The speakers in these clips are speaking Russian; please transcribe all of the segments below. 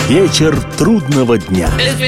Вечер трудного дня.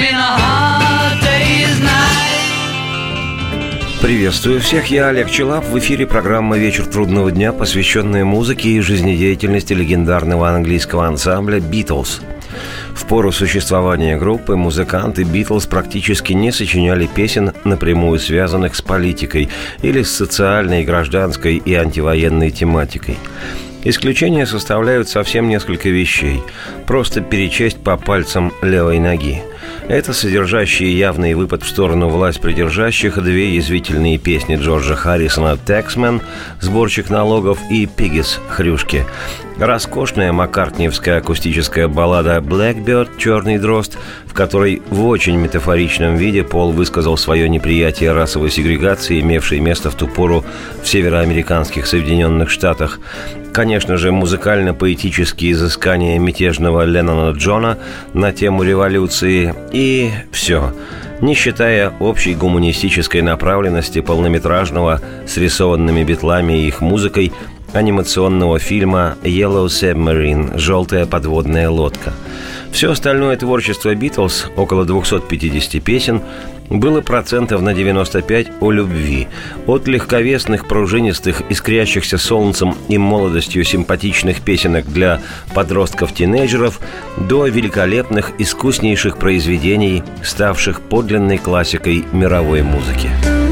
Приветствую всех, я Олег Челап. В эфире программа «Вечер трудного дня», посвященная музыке и жизнедеятельности легендарного английского ансамбля «Битлз». В пору существования группы музыканты «Битлз» практически не сочиняли песен, напрямую связанных с политикой или с социальной, гражданской и антивоенной тематикой. Исключения составляют совсем несколько вещей. Просто перечесть по пальцам левой ноги. Это содержащие явный выпад в сторону власть придержащих две язвительные песни Джорджа Харрисона «Taxman», сборщик налогов, и «Пиггис», хрюшки. Роскошная маккартниевская акустическая баллада «Blackbird», «Черный дрозд», в которой в очень метафоричном виде Пол высказал свое неприятие расовой сегрегации, имевшей место в ту пору в североамериканских Соединенных Штатах. Конечно же, музыкально-поэтические изыскания мятежного Леннона Джона на тему революции и все, не считая общей гуманистической направленности полнометражного с рисованными битлами и их музыкой анимационного фильма «Yellow Submarine» «Желтая подводная лодка». Все остальное творчество «Битлз», около 250 песен, было процентов на 95 о любви. От легковесных, пружинистых, искрящихся солнцем и молодостью симпатичных песенок для подростков-тинейджеров до великолепных, искуснейших произведений, ставших подлинной классикой мировой музыки.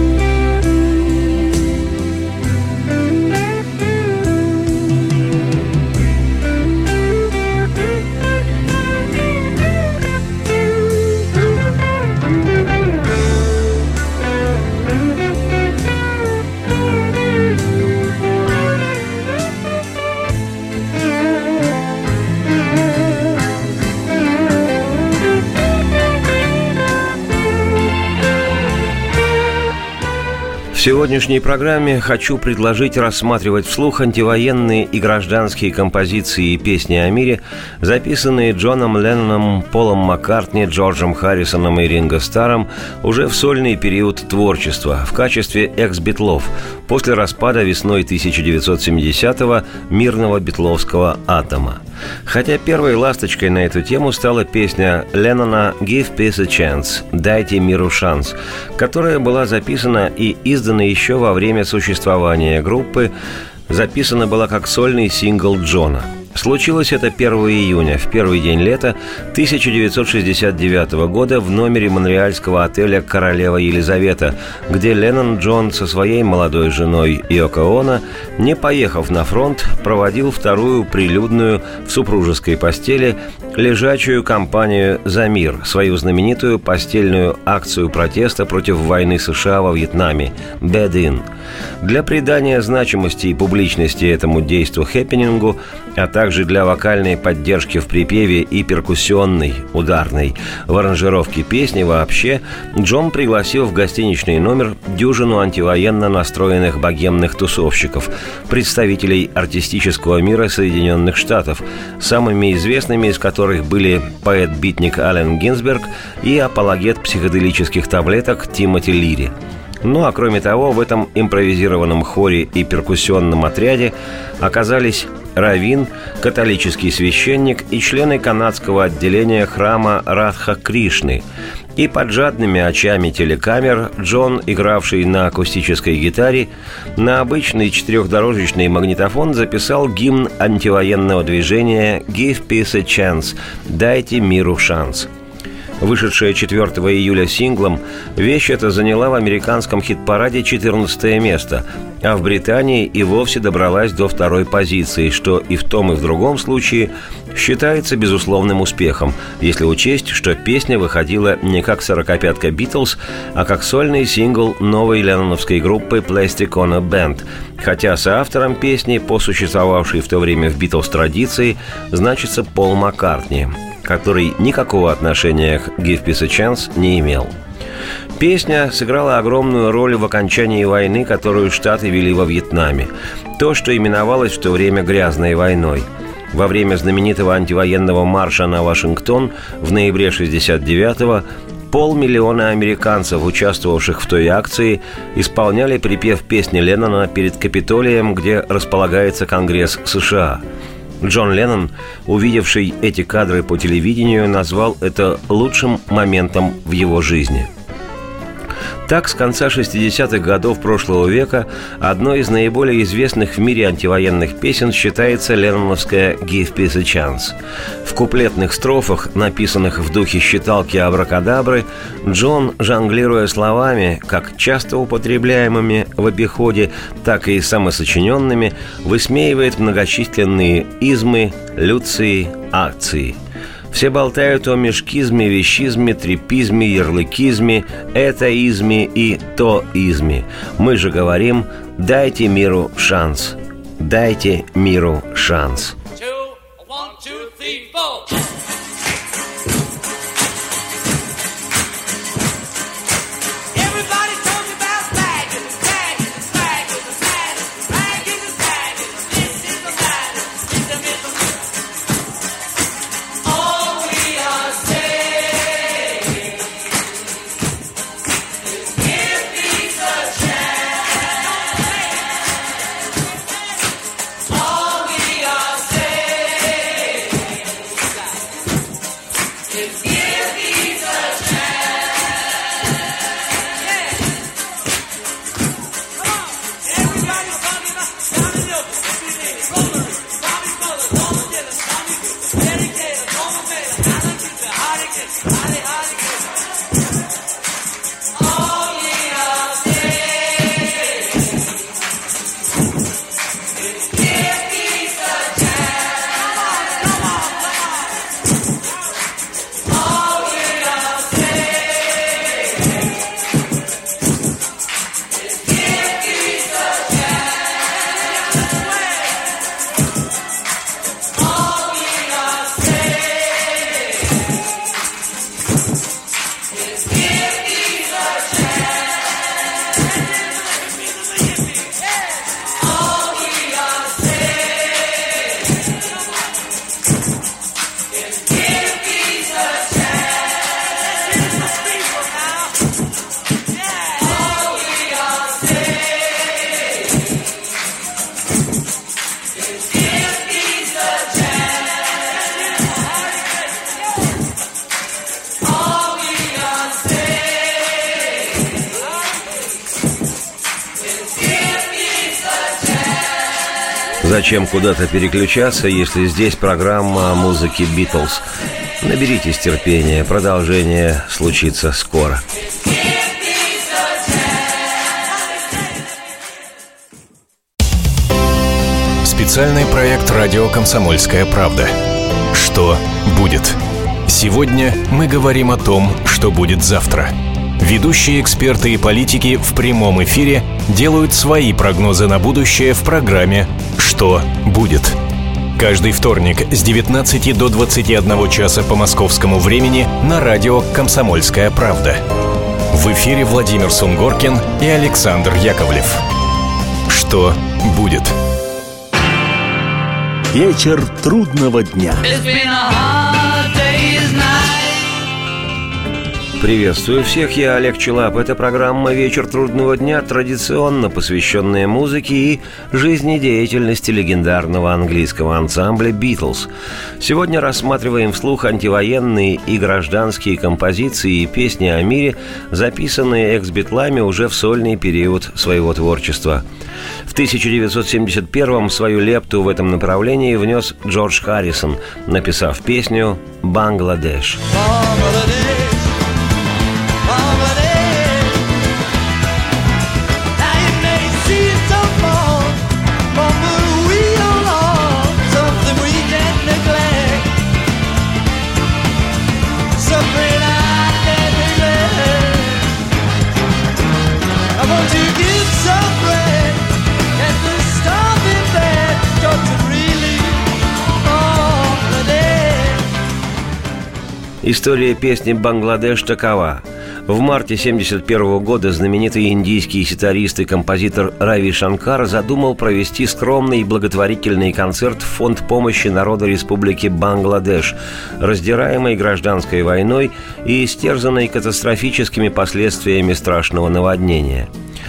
В сегодняшней программе хочу предложить рассматривать вслух антивоенные и гражданские композиции и песни о мире, записанные Джоном Ленноном, Полом Маккартни, Джорджем Харрисоном и Ринго Старром уже в сольный период творчества в качестве экс-битлов после распада весной 1970-го мирного битловского атома. Хотя первой ласточкой на эту тему стала песня Леннона «Give Peace a Chance» «Дайте миру шанс», которая была записана и издана еще во время существования группы, записана была как сольный сингл Джона. Случилось это 1 июня, в первый день лета 1969 года в номере монреальского отеля «Королева Елизавета», где Леннон Джон со своей молодой женой Йоко Оно, не поехав на фронт, проводил вторую прилюдную в супружеской постели лежачую кампанию «За мир», свою знаменитую постельную акцию протеста против войны США во Вьетнаме «Bed In». Для придания значимости и публичности этому действу-хэппенингу, а также для вокальной поддержки в припеве и перкуссионной, ударной, в аранжировке песни вообще, Джон пригласил в гостиничный номер дюжину антивоенно настроенных богемных тусовщиков, представителей артистического мира Соединенных Штатов, самыми известными из которых были поэт-битник Аллен Гинзберг и апологет психоделических таблеток Тимоти Лири. Ну а кроме того, в этом импровизированном хоре и перкуссионном отряде оказались раввин, католический священник и члены канадского отделения храма Радха Кришны. И под жадными очами телекамер Джон, игравший на акустической гитаре, на обычный четырехдорожечный магнитофон записал гимн антивоенного движения «Give Peace a Chance» «Дайте миру шанс». Вышедшая 4 июля синглом, вещь эта заняла в американском хит-параде 14 место, а в Британии и вовсе добралась до второй позиции, что и в том, и в другом случае считается безусловным успехом, если учесть, что песня выходила не как сорокопятка «Битлз», а как сольный сингл новой ленноновской группы «Plastic Ono Band», хотя соавтором песни, по существовавшей в то время в «Битлз» традиции, значится Пол Маккартни, который никакого отношения к «Give Peace a Chance» не имел. Песня сыграла огромную роль в окончании войны, которую Штаты вели во Вьетнаме. То, что именовалось в то время «грязной войной». Во время знаменитого антивоенного марша на Вашингтон в ноябре 1969-го 500 000 американцев, участвовавших в той акции, исполняли припев песни Леннона перед Капитолием, где располагается Конгресс США. Джон Леннон, увидевший эти кадры по телевидению, назвал это лучшим моментом в его жизни. Так, с конца 60-х годов прошлого века одной из наиболее известных в мире антивоенных песен считается ленноновская «Give Peace a Chance». В куплетных строфах, написанных в духе считалки абракадабры, Джон, жонглируя словами, как часто употребляемыми в обиходе, так и самосочиненными, высмеивает многочисленные измы, люции, акции. Все болтают о мешкизме, вещизме, трепизме, ярлыкизме, этоизме и тоизме. Мы же говорим: дайте миру шанс. Дайте миру шанс. Зачем куда-то переключаться, если здесь программа о музыке «Битлз»? Наберитесь терпения, продолжение случится скоро. Специальный проект «Радио Комсомольская правда». Что будет? Сегодня мы говорим о том, что будет завтра. Ведущие эксперты и политики в прямом эфире делают свои прогнозы на будущее в программе «Что будет?». Каждый вторник с 19 до 21 часа по московскому времени на радио «Комсомольская правда». В эфире Владимир Сунгоркин и Александр Яковлев. Что будет? Вечер трудного дня. Приветствую всех, я Олег Челап. Это программа «Вечер трудного дня», традиционно посвященная музыке и жизнедеятельности легендарного английского ансамбля «Битлз». Сегодня рассматриваем вслух антивоенные и гражданские композиции и песни о мире, записанные экс-битлами уже в сольный период своего творчества. В 1971-м свою лепту в этом направлении внес Джордж Харрисон, написав песню «Бангладеш». История песни «Бангладеш» такова. В марте 1971 года знаменитый индийский ситарист и композитор Рави Шанкар задумал провести скромный благотворительный концерт в фонд помощи народу Республики Бангладеш, раздираемой гражданской войной и истерзанной катастрофическими последствиями страшного наводнения.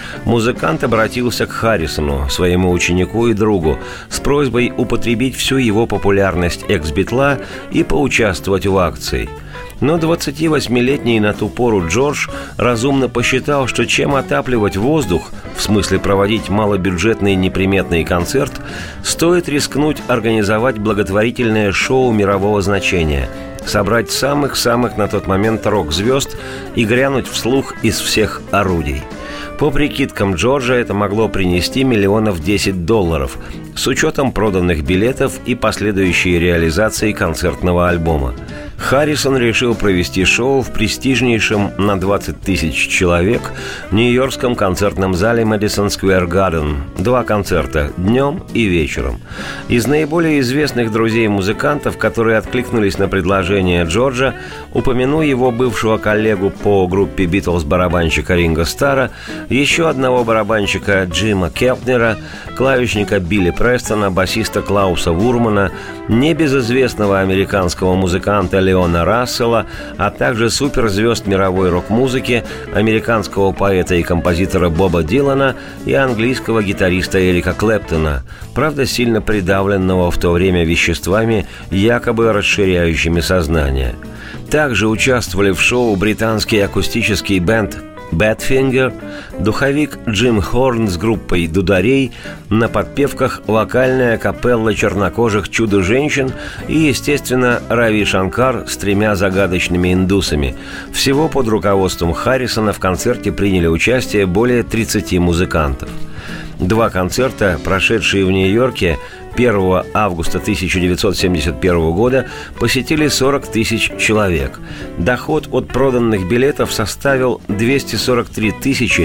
музыкант обратился к Харрисону, своему ученику и другу, с просьбой употребить всю его популярность экс-битла и поучаствовать в акции. Но 28-летний на ту пору Джордж разумно посчитал, что чем отапливать воздух, в смысле проводить малобюджетный неприметный концерт, стоит рискнуть организовать благотворительное шоу мирового значения, собрать самых-самых на тот момент рок-звезд и грянуть вслух из всех орудий. По прикидкам Джорджа, это могло принести $10 миллионов с учетом проданных билетов и последующей реализации концертного альбома. Харрисон решил провести шоу в престижнейшем на 20 тысяч человек нью-йоркском концертном зале Madison Square Garden. 2 концерта – днем и вечером. Из наиболее известных друзей музыкантов, которые откликнулись на предложение Джорджа, упомяну его бывшего коллегу по группе «Битлз» барабанщика Ринго Старра, еще одного барабанщика Джима Келтнера, клавишника Билли Престона, басиста Клауса Вурмана, небезызвестного американского музыканта Леона Рассела, а также суперзвезд мировой рок-музыки, американского поэта и композитора Боба Дилана и английского гитариста Эрика Клэптона, правда, сильно придавленного в то время веществами, якобы расширяющими сознание. Также участвовали в шоу британский акустический бэнд Badfinger, духовик Джим Хорн с группой дударей, на подпевках вокальная капелла чернокожих чудо-женщин и, естественно, Рави Шанкар с 3 загадочными индусами. Всего под руководством Харрисона в концерте приняли участие более 30 музыкантов. 2 концерта, прошедшие в Нью-Йорке, 1 августа 1971 года посетили 40 тысяч человек. Доход от проданных билетов составил $243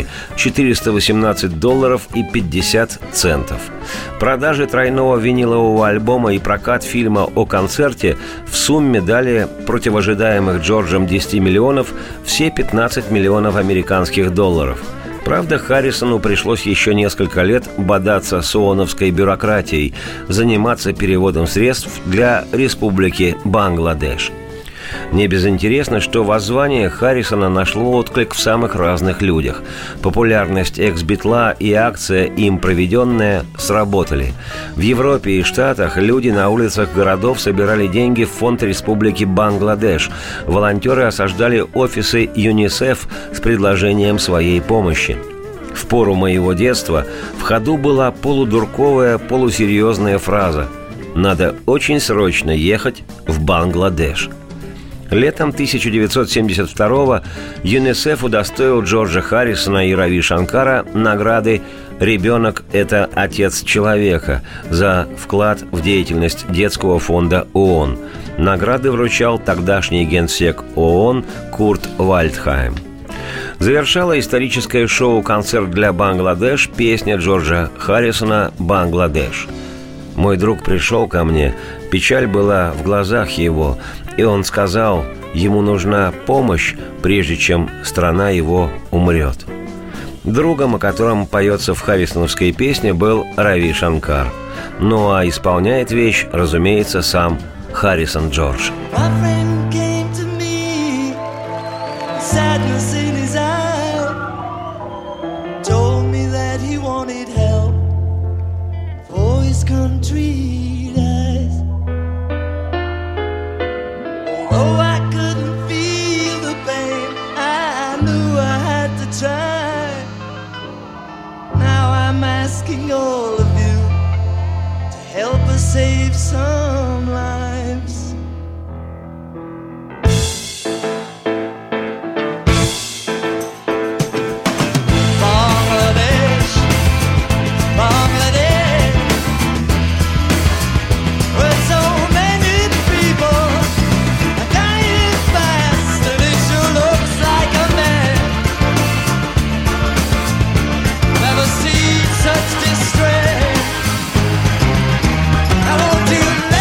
418.50. Продажи тройного винилового альбома и прокат фильма о концерте в сумме дали против ожидаемых Джорджем $10 миллионов все $15 миллионов американских долларов. Правда, Харрисону пришлось еще несколько лет бодаться с ООНовской бюрократией, заниматься переводом средств для Республики Бангладеш. Не безинтересно, что воззвание Харрисона нашло отклик в самых разных людях. Популярность экс-битла и акция, им проведенная, сработали. В Европе и Штатах люди на улицах городов собирали деньги в фонд Республики Бангладеш. Волонтеры осаждали офисы ЮНИСЕФ с предложением своей помощи. В пору моего детства в ходу была полудурковая, полусерьезная фраза: «Надо очень срочно ехать в Бангладеш». Летом 1972-го ЮНИСЕФ удостоил Джорджа Харрисона и Рави Шанкара награды «Ребенок – это отец человека» за вклад в деятельность детского фонда ООН. Награды вручал тогдашний генсек ООН Курт Вальдхайм. Завершала историческое шоу-концерт для Бангладеш песня Джорджа Харрисона «Бангладеш». Мой друг пришел ко мне, печаль была в глазах его, и он сказал, ему нужна помощь, прежде чем страна его умрет. Другом, о котором поется в харрисоновской песне, был Рави Шанкар. Ну а исполняет вещь, разумеется, сам Харрисон Джордж. Oh, I couldn't feel the pain. I knew I had to try. Now I'm asking all of you to help us save some lives. Bangladesh, Bangladesh, where so many people are dying fast, and it sure looks like a man. Never seen such distress. I won't do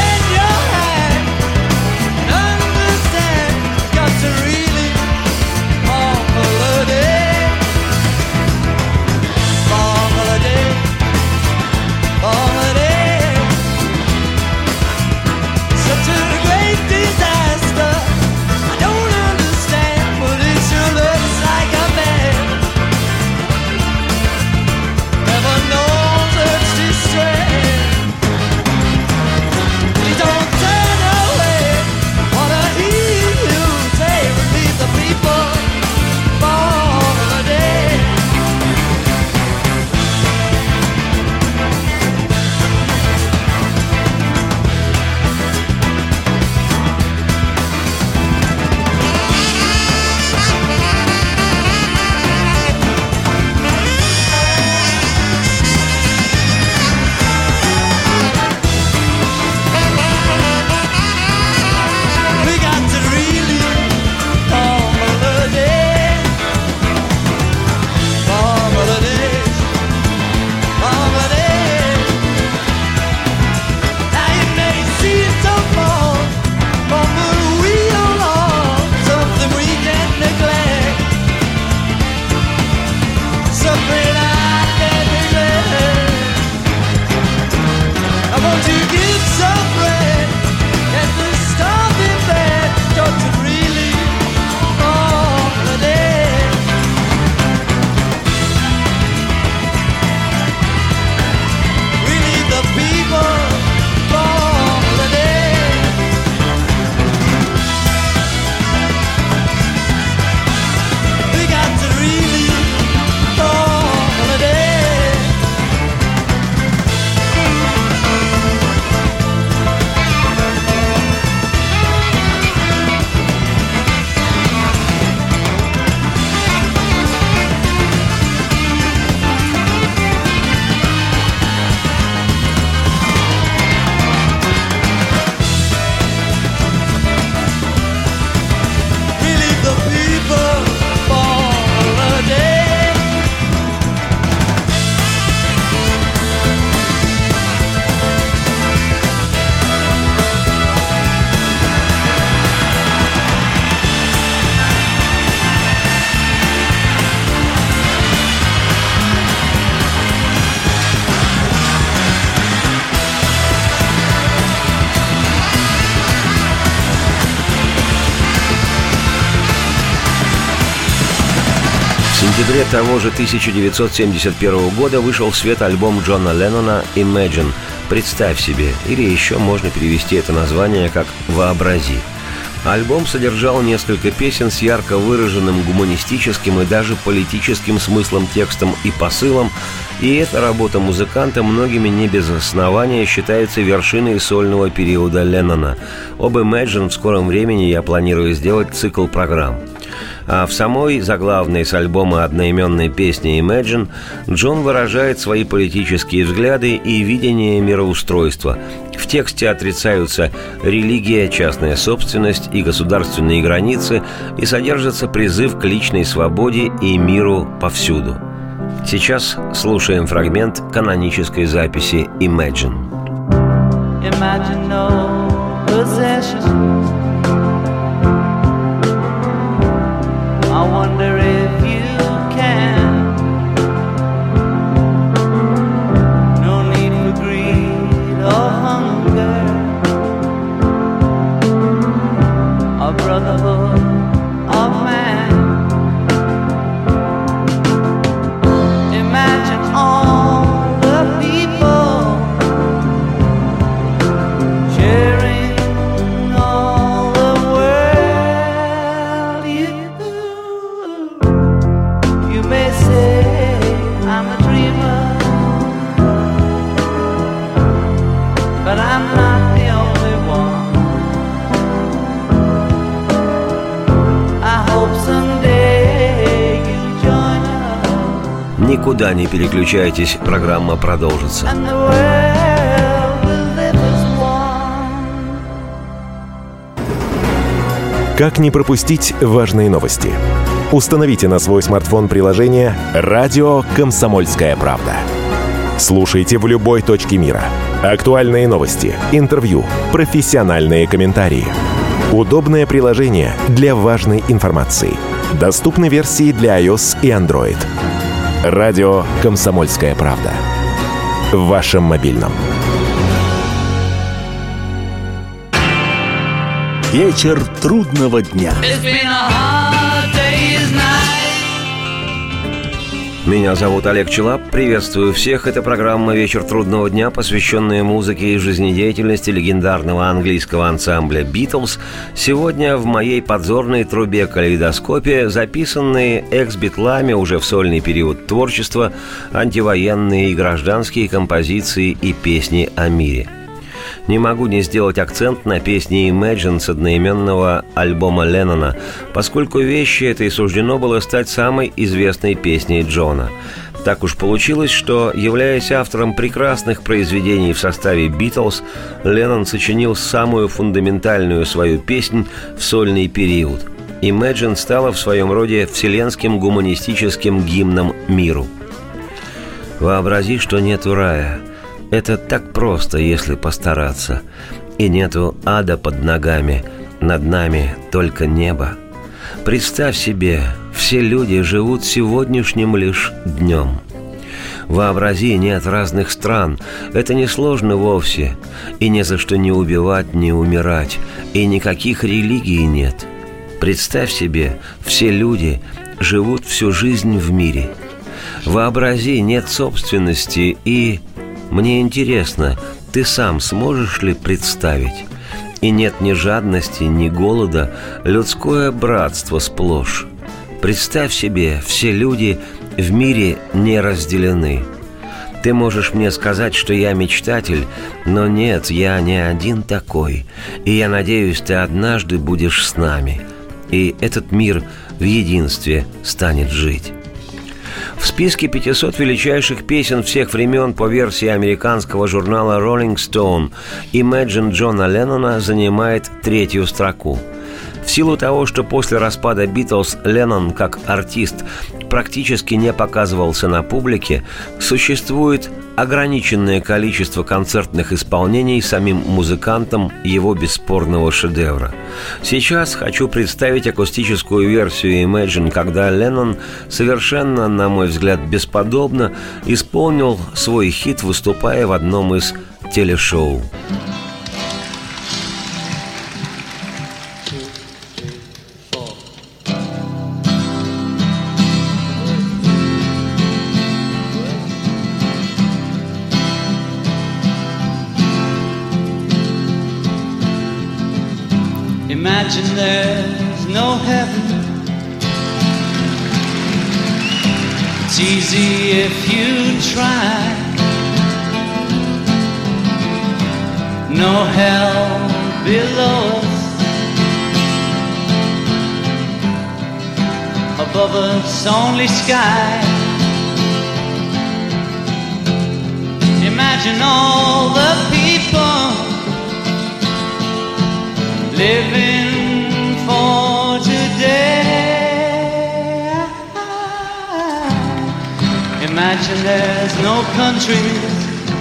сентябре того же 1971 года вышел в свет альбом Джона Леннона «Imagine» – «Представь себе», или еще можно перевести это название как «Вообрази». Альбом содержал несколько песен с ярко выраженным гуманистическим и даже политическим смыслом, текстом и посылом, и эта работа музыканта многими не без основания считается вершиной сольного периода Леннона. Об «Imagine» в скором времени я планирую сделать цикл программ. А в самой заглавной с альбома одноименной песни «Imagine» Джон выражает свои политические взгляды и видение мироустройства. В тексте отрицаются религия, частная собственность и государственные границы, и содержится призыв к личной свободе и миру повсюду. Сейчас слушаем фрагмент канонической записи «Imagine». Imagine no possessions. I wonder if you can. No need for greed or hunger, or brotherhood of man. Imagine all the people sharing all the world. You may say I'm a dreamer, but I'm not the only one. I hope someday you join us. Никуда не переключайтесь, программа продолжится. And the world will live as one. Как не пропустить важные новости? Установите на свой смартфон приложение «Радио Комсомольская правда». Слушайте в любой точке мира. Актуальные новости, интервью, профессиональные комментарии. Удобное приложение для важной информации. Доступны версии для iOS и Android. «Радио Комсомольская правда». В вашем мобильном. Вечер трудного дня. It's been a hard day's night. Меня зовут Олег Челап. Приветствую всех. Это программа «Вечер трудного дня», посвященная музыке и жизнедеятельности легендарного английского ансамбля «Битлз». Сегодня в моей подзорной трубе-калейдоскопе записанные экс-битлами уже в сольный период творчества антивоенные и гражданские композиции и песни о мире. Не могу не сделать акцент на песне «Imagine» с одноименного альбома Леннона, поскольку вещи этой суждено было стать самой известной песней Джона. Так уж получилось, что, являясь автором прекрасных произведений в составе «Битлз», Леннон сочинил самую фундаментальную свою песнь в сольный период. «Imagine» стала в своем роде вселенским гуманистическим гимном миру. «Вообрази, что нету рая. Это так просто, если постараться. И нету ада под ногами, над нами только небо. Представь себе, все люди живут сегодняшним лишь днем. Вообрази, нет разных стран, это несложно вовсе. И не за что не убивать, не умирать, и никаких религий нет. Представь себе, все люди живут всю жизнь в мире. Вообрази, нет собственности и... Мне интересно, ты сам сможешь ли представить? И нет ни жадности, ни голода, людское братство сплошь. Представь себе, все люди в мире не разделены. Ты можешь мне сказать, что я мечтатель, но нет, я не один такой. И я надеюсь, ты однажды будешь с нами. И этот мир в единстве станет жить». В списке 500 величайших песен всех времен по версии американского журнала Rolling Stone «Imagine» Джона Леннона занимает 3-ю строку. В силу того, что после распада «Битлз» Леннон, как артист, практически не показывался на публике, существует ограниченное количество концертных исполнений самим музыкантом его бесспорного шедевра. Сейчас хочу представить акустическую версию «Imagine», когда Леннон совершенно, на мой взгляд, бесподобно исполнил свой хит, выступая в одном из телешоу. Imagine there's no heaven. It's easy if you try. No hell below us. Above us only sky. Imagine all the people living for today. Imagine there's no countries.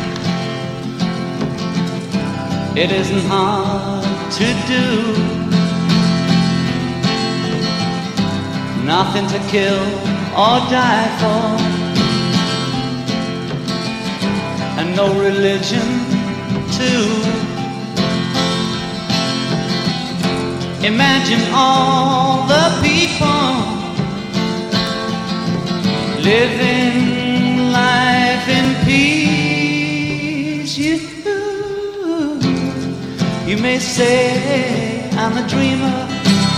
It isn't hard to do. Nothing to kill or die for. And no religion too. Imagine all the people living life in peace. You may say I'm a dreamer,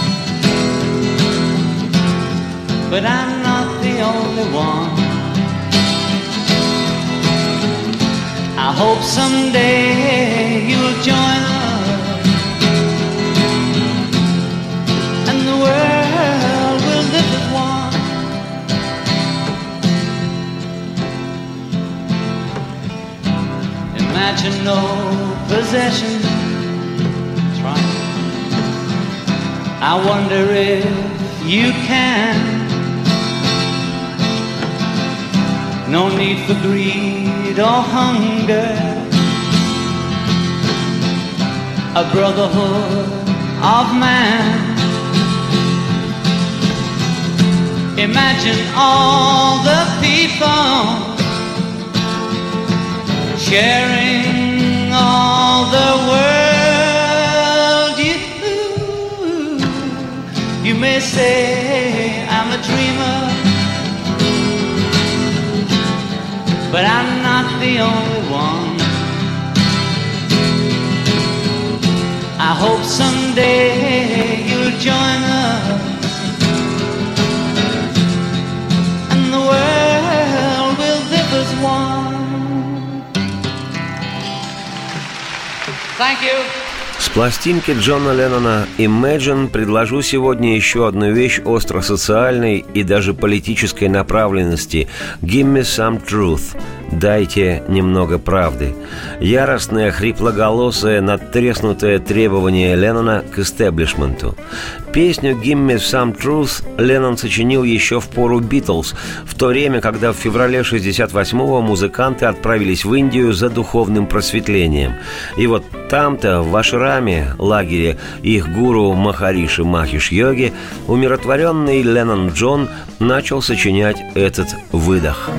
but I'm not the only one. I hope someday you'll join us, and the world will live as one. Imagine no possessions. Try. I wonder if you can. No need for greed or hunger. A brotherhood of man. Imagine all the people sharing all the world. You may say I'm a dreamer, but I'm not the only one. I hope someday you'll join us, and the world will live as one. Thank you. С пластинки Джона Леннона «Imagine» предложу сегодня еще одну вещь остро-социальной и даже политической направленности «Give me some truth» – «Дайте немного правды». Яростное, хриплоголосое, надтреснутое требование Леннона к истеблишменту. Песню «Give me some truth» Леннон сочинил еще в пору «Битлз», в то время, когда в феврале 1968-го музыканты отправились в Индию за духовным просветлением. И вот там-то, в ашраме, лагере их гуру Махариши Махиш Йоги, умиротворенный Леннон Джон начал сочинять этот выдох.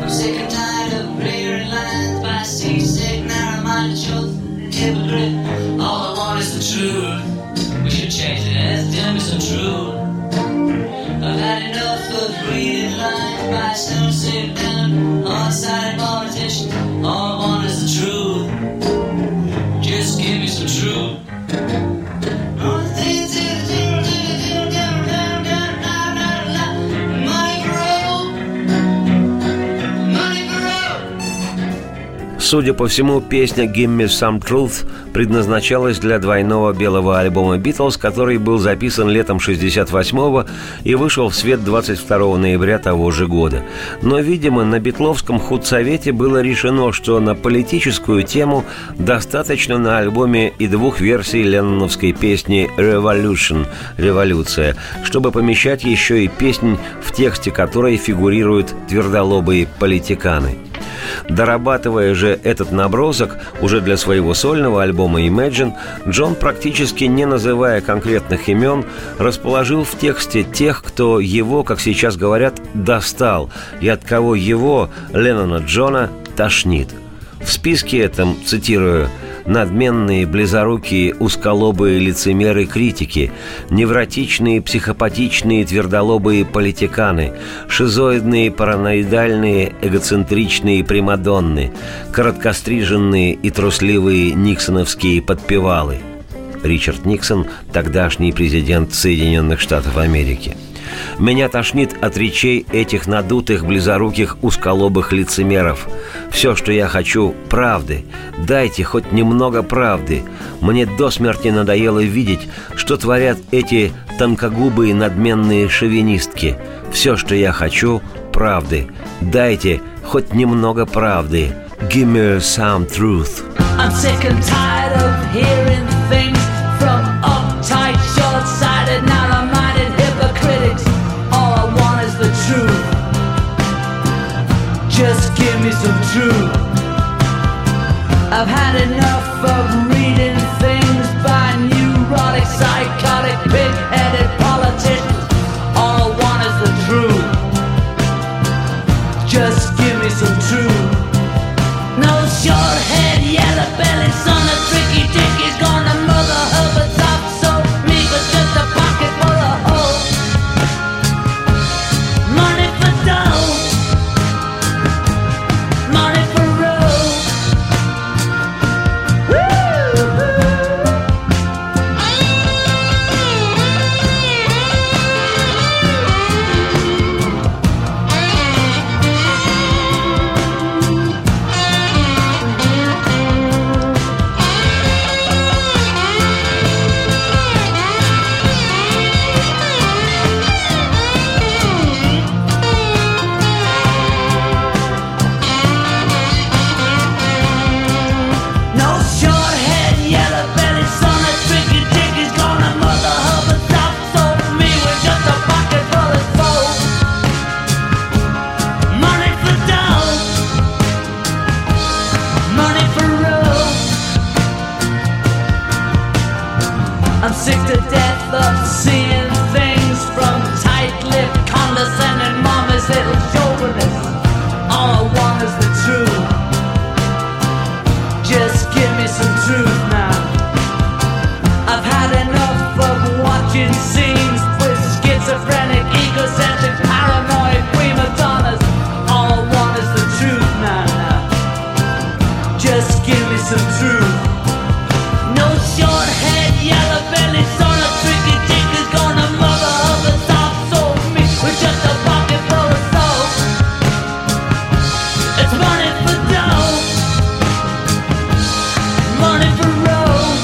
Судя по всему, песня «Give me some truth» предназначалась для двойного белого альбома «Битлз», который был записан летом 1968-го и вышел в свет 22 ноября того же года. Но, видимо, на битловском худсовете было решено, что на политическую тему достаточно на альбоме и двух версий ленноновской песни «Revolution» – «Революция», чтобы помещать еще и песнь, в тексте которой фигурируют твердолобые политиканы. Дорабатывая же этот набросок уже для своего сольного альбома «Imagine», Джон, практически не называя конкретных имен, расположил в тексте тех, кто его, как сейчас говорят, достал, и от кого его, Леннона Джона, тошнит. В списке этом, цитирую, «надменные, близорукие, узколобые лицемеры-критики, невротичные, психопатичные, твердолобые политиканы, шизоидные, параноидальные, эгоцентричные примадонны, короткостриженные и трусливые никсоновские подпевалы». Ричард Никсон, тогдашний президент Соединенных Штатов Америки. Меня тошнит от речей этих надутых, близоруких, узколобых лицемеров. Все, что я хочу – правды. Дайте хоть немного правды. Мне до смерти надоело видеть, что творят эти тонкогубые надменные шовинистки. Все, что я хочу – правды. Дайте хоть немного правды. Give me some truth. I'm sick and tired of hearing things from uptight, short-sighted, narrow-minded hypocrites. All I want is the truth. Just give me some truth. I've had enough of reading things by neurotic, psychotic, pig-headed politicians. All I want is the truth. Just give me some truth. No short-head, yellow-bellied son of tricky dick is gonna mother her but top so me but just a pocket full of hope. Money for dough, money for road. I'm sick to death of seeing things from tight-lipped, condescending mama's little chauvinists. All I want is the truth. Just give me some truth now. I've had enough of watching scenes with schizophrenic, egocentric, paranoid prima donnas. All I want is the truth now. Just give me some truth. No short-head, yellow-bellied son of tricky dick is gonna mother of a soft-souled me with just a pocket full of soap. It's money for dough, money for road.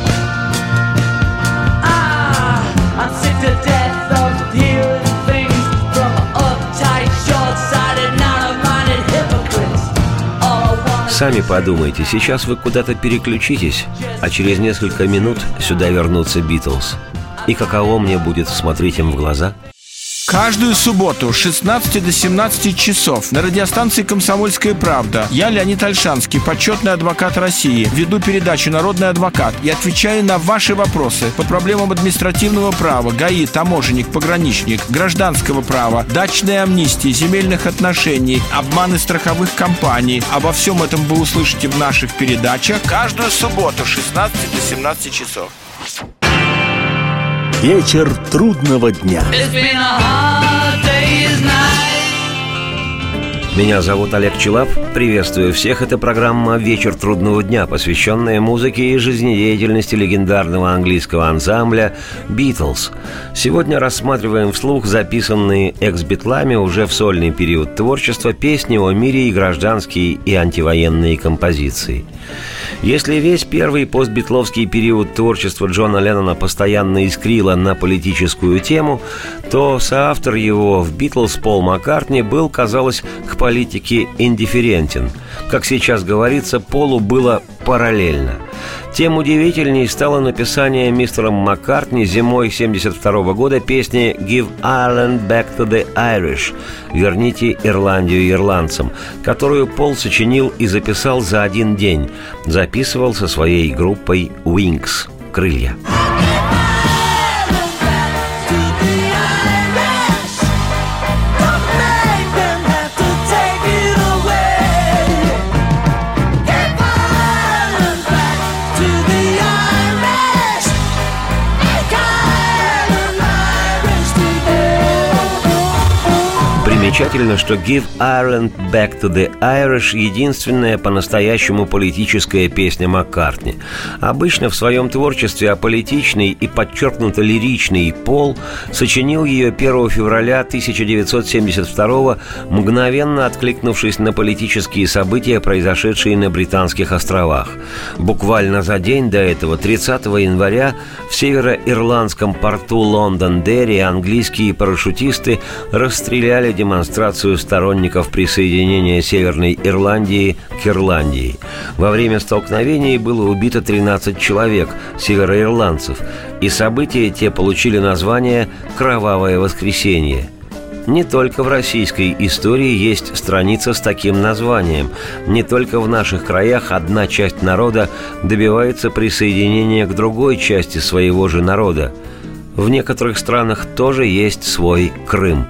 I'm sick to death of hearing things from uptight, short-sighted, narrow-minded hypocrites. All I want is Сами подумайте, сейчас вы куда-то переключитесь, а через несколько минут сюда вернутся Битлз. И каково мне будет смотреть им в глаза? Каждую субботу с 16 до 17 часов на радиостанции «Комсомольская правда» я, Леонид Ольшанский, почетный адвокат России, веду передачу «Народный адвокат» и отвечаю на ваши вопросы по проблемам административного права, ГАИ, таможенник, пограничник, гражданского права, дачной амнистии, земельных отношений, обманы страховых компаний. Обо всем этом вы услышите в наших передачах каждую субботу с 16 до 17 часов. Вечер трудного дня. It's been a hard day's night. Меня зовут Олег Челап. Приветствую всех. Это программа «Вечер трудного дня», посвященная музыке и жизнедеятельности легендарного английского ансамбля «Битлз». Сегодня рассматриваем вслух записанные экс-битлами уже в сольный период творчества песни о мире и гражданские и антивоенные композиции. Если весь первый постбитловский период творчества Джона Леннона постоянно искрило на политическую тему, то соавтор его в «Битлз» Пол Маккартни был, казалось, к политике индифферентен. Как сейчас говорится, Полу было параллельно. Тем удивительней стало написание мистером Маккартни зимой 1972 года песни «Give Ireland Back to the Irish» «Верните Ирландию ирландцам», которую Пол сочинил и записал за один день. Записывал со своей группой «Wings» – «Крылья». Примечательно, что «Give Ireland Back to the Irish» — единственная по-настоящему политическая песня Маккартни. Обычно в своем творчестве аполитичный и подчеркнуто лиричный Пол сочинил ее 1 февраля 1972-го, мгновенно откликнувшись на политические события, произошедшие на Британских островах. Буквально за день до этого, 30 января, в североирландском порту Лондон-Дерри английские парашютисты расстреляли демонстрацию сторонников присоединения Северной Ирландии к Ирландии. Во время столкновений было убито 13 человек, североирландцев, и события те получили название «Кровавое воскресенье». Не только в российской истории есть страница с таким названием. Не только в наших краях одна часть народа добивается присоединения к другой части своего же народа. В некоторых странах тоже есть свой Крым.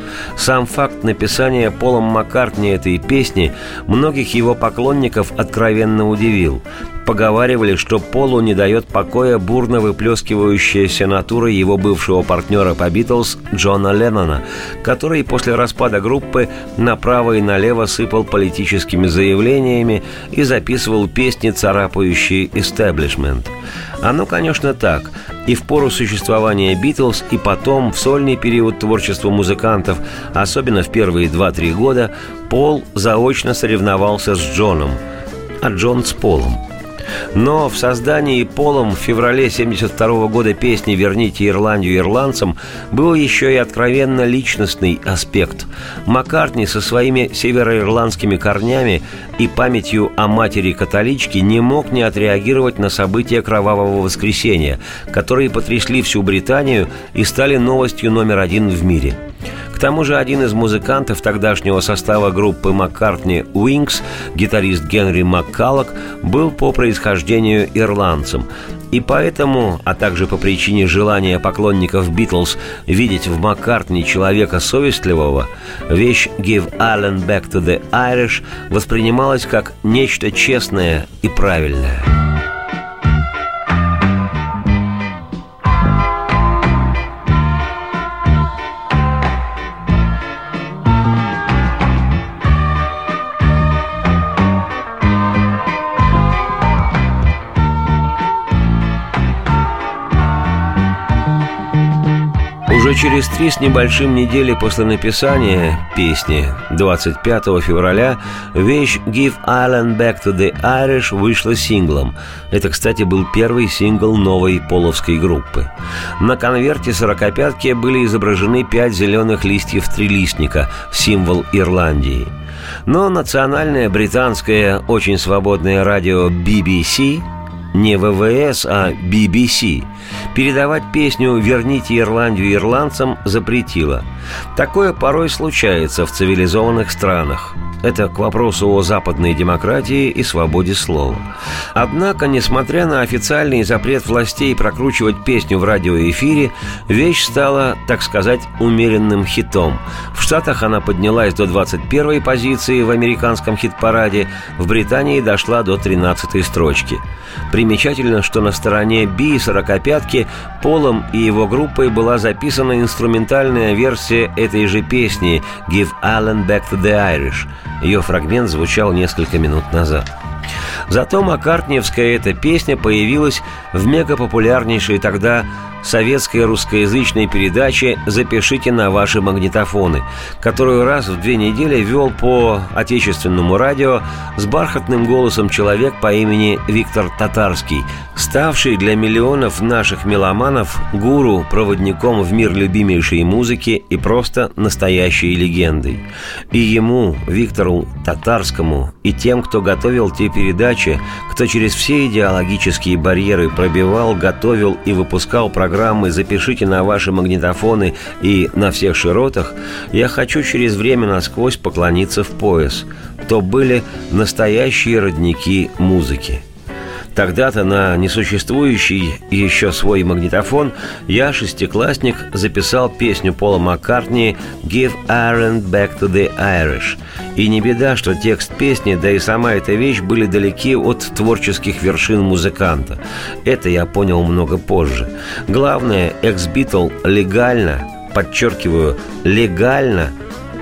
Сам факт написания Полом Маккартни этой песни многих его поклонников откровенно удивил. Поговаривали, что Полу не дает покоя бурно выплескивающаяся натура его бывшего партнера по «Битлз» Джона Леннона, который после распада группы направо и налево сыпал политическими заявлениями и записывал песни, царапающие истеблишмент. Оно, конечно, так. И в пору существования «Битлз», и потом, в сольный период творчества музыкантов, особенно в первые 2-3 года, Пол заочно соревновался с Джоном, а Джон с Полом. Но в создании Полом в феврале 1972 года песни «Верните Ирландию ирландцам» был еще и откровенно личностный аспект. Маккартни со своими североирландскими корнями и памятью о матери-католичке не мог не отреагировать на события Кровавого воскресенья, которые потрясли всю Британию и стали новостью номер 1 в мире. К тому же один из музыкантов тогдашнего состава группы Маккартни «Уинкс», гитарист Генри Маккаллок, был по происхождению ирландцем. И поэтому, а также по причине желания поклонников «Битлз» видеть в Маккартни человека совестливого, вещь «Give Ireland Back to the Irish» воспринималась как нечто честное и правильное. Уже через 3 с небольшим недели после написания песни, 25 февраля, вещь «Give Ireland Back to the Irish» вышла синглом. Это, кстати, был первый сингл новой половской группы. На конверте 45-ки были изображены 5 зеленых листьев трилистника, символ Ирландии. Но национальное британское очень свободное радио BBC, не ВВС, а BBC, передавать песню «Верните Ирландию ирландцам» запретила. Такое порой случается в цивилизованных странах. Это к вопросу о западной демократии и свободе слова. Однако, несмотря на официальный запрет властей прокручивать песню в радиоэфире, вещь стала, так сказать, умеренным хитом. В Штатах она поднялась до 21-й позиции в американском хит-параде, в Британии дошла до 13-й строчки. Примечательно, что на стороне B 45-ки Полом и его группой была записана инструментальная версия этой же песни «Give Ireland Back to the Irish». Ее фрагмент звучал несколько минут назад. Зато маккартниевская эта песня появилась в мегапопулярнейшей тогда советской русскоязычной передаче «Запишите на ваши магнитофоны», которую раз в 2 недели вел по отечественному радио с бархатным голосом человек по имени Виктор Татарский, ставший для миллионов наших меломанов гуру, проводником в мир любимейшей музыки и просто настоящей легендой. И ему, Виктору Татарскому, и тем, кто готовил те передачи, кто через все идеологические барьеры пробивал, готовил и выпускал программы «Запишите на ваши магнитофоны» и «На всех широтах», я хочу через время насквозь поклониться в пояс. То были настоящие родники музыки. Тогда-то на несуществующий еще свой магнитофон я, шестиклассник, записал песню Пола Маккартни «Give Ireland Back to the Irish». И не беда, что текст песни, да и сама эта вещь были далеки от творческих вершин музыканта. Это я понял много позже. Главное, экс-битл легально, подчеркиваю, легально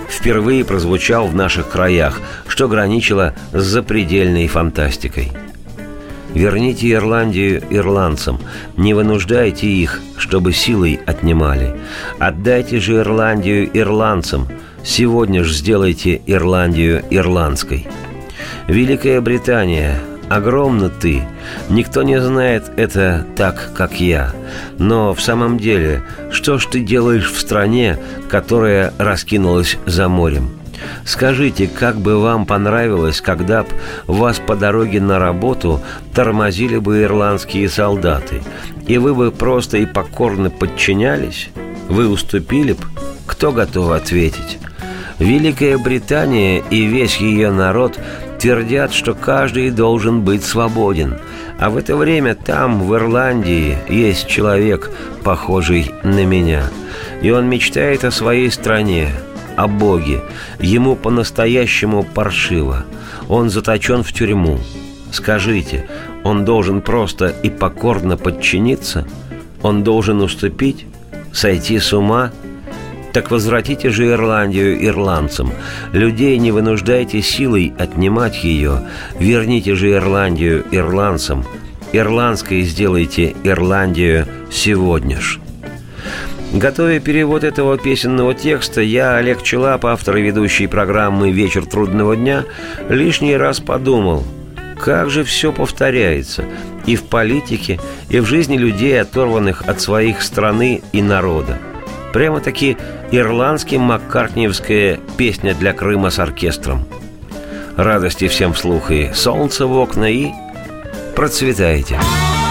впервые прозвучал в наших краях, что граничило с запредельной фантастикой. Верните Ирландию ирландцам, не вынуждайте их, чтобы силой отнимали. Отдайте же Ирландию ирландцам, сегодня же сделайте Ирландию ирландской. Великая Британия, огромна ты, никто не знает это так, как я. Но в самом деле, что ж ты делаешь в стране, которая раскинулась за морем? Скажите, как бы вам понравилось, когда б вас по дороге на работу тормозили бы ирландские солдаты, и вы бы просто и покорно подчинялись? Вы уступили б? Кто готов ответить? Великая Британия и весь ее народ твердят, что каждый должен быть свободен, а в это время там, в Ирландии, есть человек, похожий на меня, и он мечтает о своей стране, о Боге. Ему по-настоящему паршиво. Он заточен в тюрьму. Скажите, он должен просто и покорно подчиниться? Он должен уступить? Сойти с ума? Так возвратите же Ирландию ирландцам. Людей не вынуждайте силой отнимать ее. Верните же Ирландию ирландцам. Ирландской сделайте Ирландию сегодня ж. Готовя перевод этого песенного текста, я, Олег Челап, автор и ведущий программы «Вечер трудного дня», лишний раз подумал, как же все повторяется и в политике, и в жизни людей, оторванных от своих страны и народа. Прямо-таки ирландски-маккартниевская песня для Крыма с оркестром. Радости всем вслух и солнце в окна, и процветайте!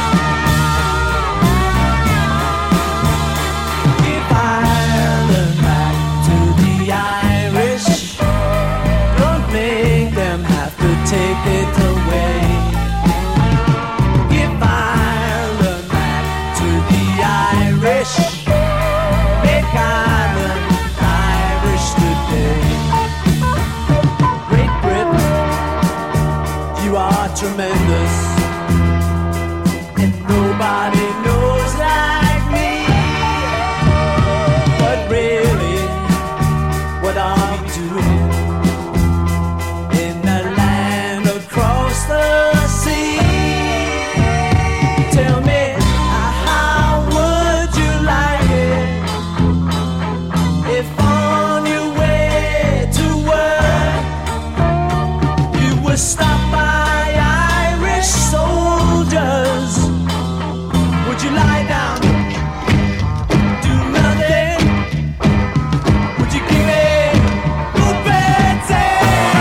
Tremendous, and nobody knows like me. But really, what are we doing in that land across the sea? Tell me, how would you like it if on your way to work you were stopped by soldiers? Would you lie down, do nothing? Would you give it good better?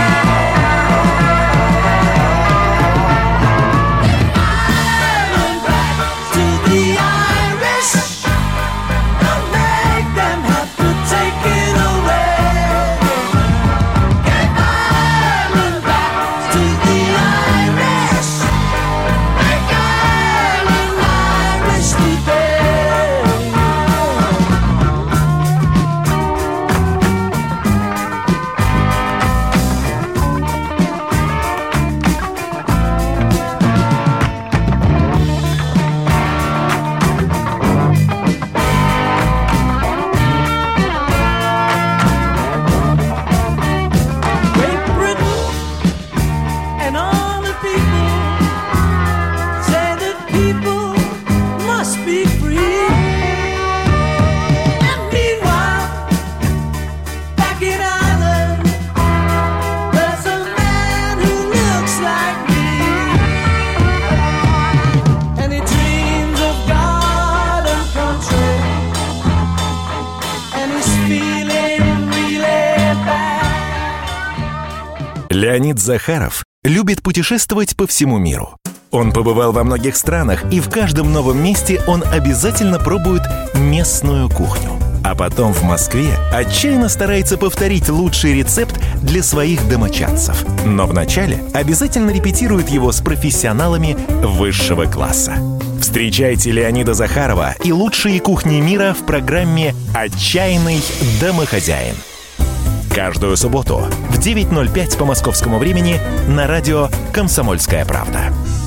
Run back to the Irish, don't make them have to take it away. Run back to the Irish. Леонид Захаров любит путешествовать по всему миру. Он побывал во многих странах, и в каждом новом месте он обязательно пробует местную кухню. А потом в Москве отчаянно старается повторить лучший рецепт для своих домочадцев. Но вначале обязательно репетирует его с профессионалами высшего класса. Встречайте Леонида Захарова и лучшие кухни мира в программе «Отчаянный домохозяин». Каждую субботу в 9:05 по московскому времени на радио «Комсомольская правда».